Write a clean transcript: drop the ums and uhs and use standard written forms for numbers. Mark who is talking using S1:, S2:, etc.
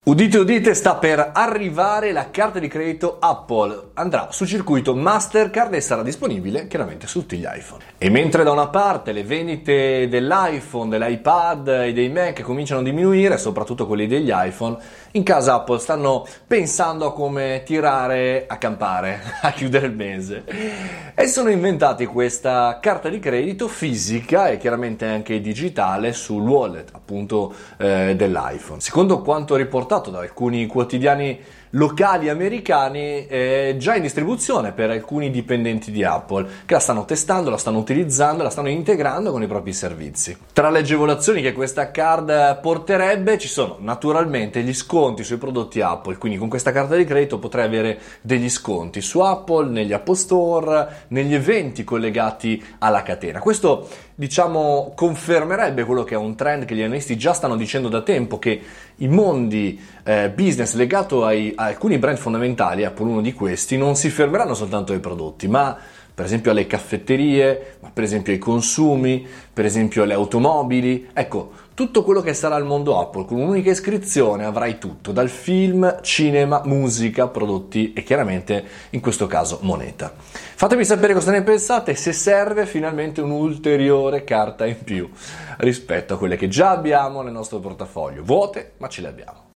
S1: Udite udite, sta per arrivare la carta di credito Apple, andrà sul circuito Mastercard e sarà disponibile chiaramente su tutti gli iPhone. E mentre da una parte le vendite dell'iPhone, dell'iPad e dei Mac cominciano a diminuire, soprattutto quelli degli iPhone, in casa Apple stanno pensando a come tirare a campare, a chiudere il mese. E sono inventati questa carta di credito fisica e chiaramente anche digitale sul wallet appunto dell'iPhone. Secondo quanto riportato da alcuni quotidiani locali americani, è già in distribuzione per alcuni dipendenti di Apple che la stanno testando, la stanno utilizzando, la stanno integrando con i propri servizi. Tra le agevolazioni che questa card porterebbe ci sono naturalmente gli sconti sui prodotti Apple, quindi con questa carta di credito potrai avere degli sconti su Apple, negli Apple Store, negli eventi collegati alla catena. Questo confermerebbe quello che è un trend che gli analisti già stanno dicendo da tempo, che i mondi business legato a alcuni brand fondamentali, Apple uno di questi, non si fermeranno soltanto ai prodotti, ma per esempio alle caffetterie, ma per esempio ai consumi, per esempio alle automobili. Ecco, tutto quello che sarà il mondo Apple, con un'unica iscrizione avrai tutto, dal film, cinema, musica, prodotti e chiaramente in questo caso moneta. Fatemi sapere cosa ne pensate, se serve finalmente un'ulteriore carta in più rispetto a quelle che già abbiamo nel nostro portafoglio, vuote ma ce le abbiamo.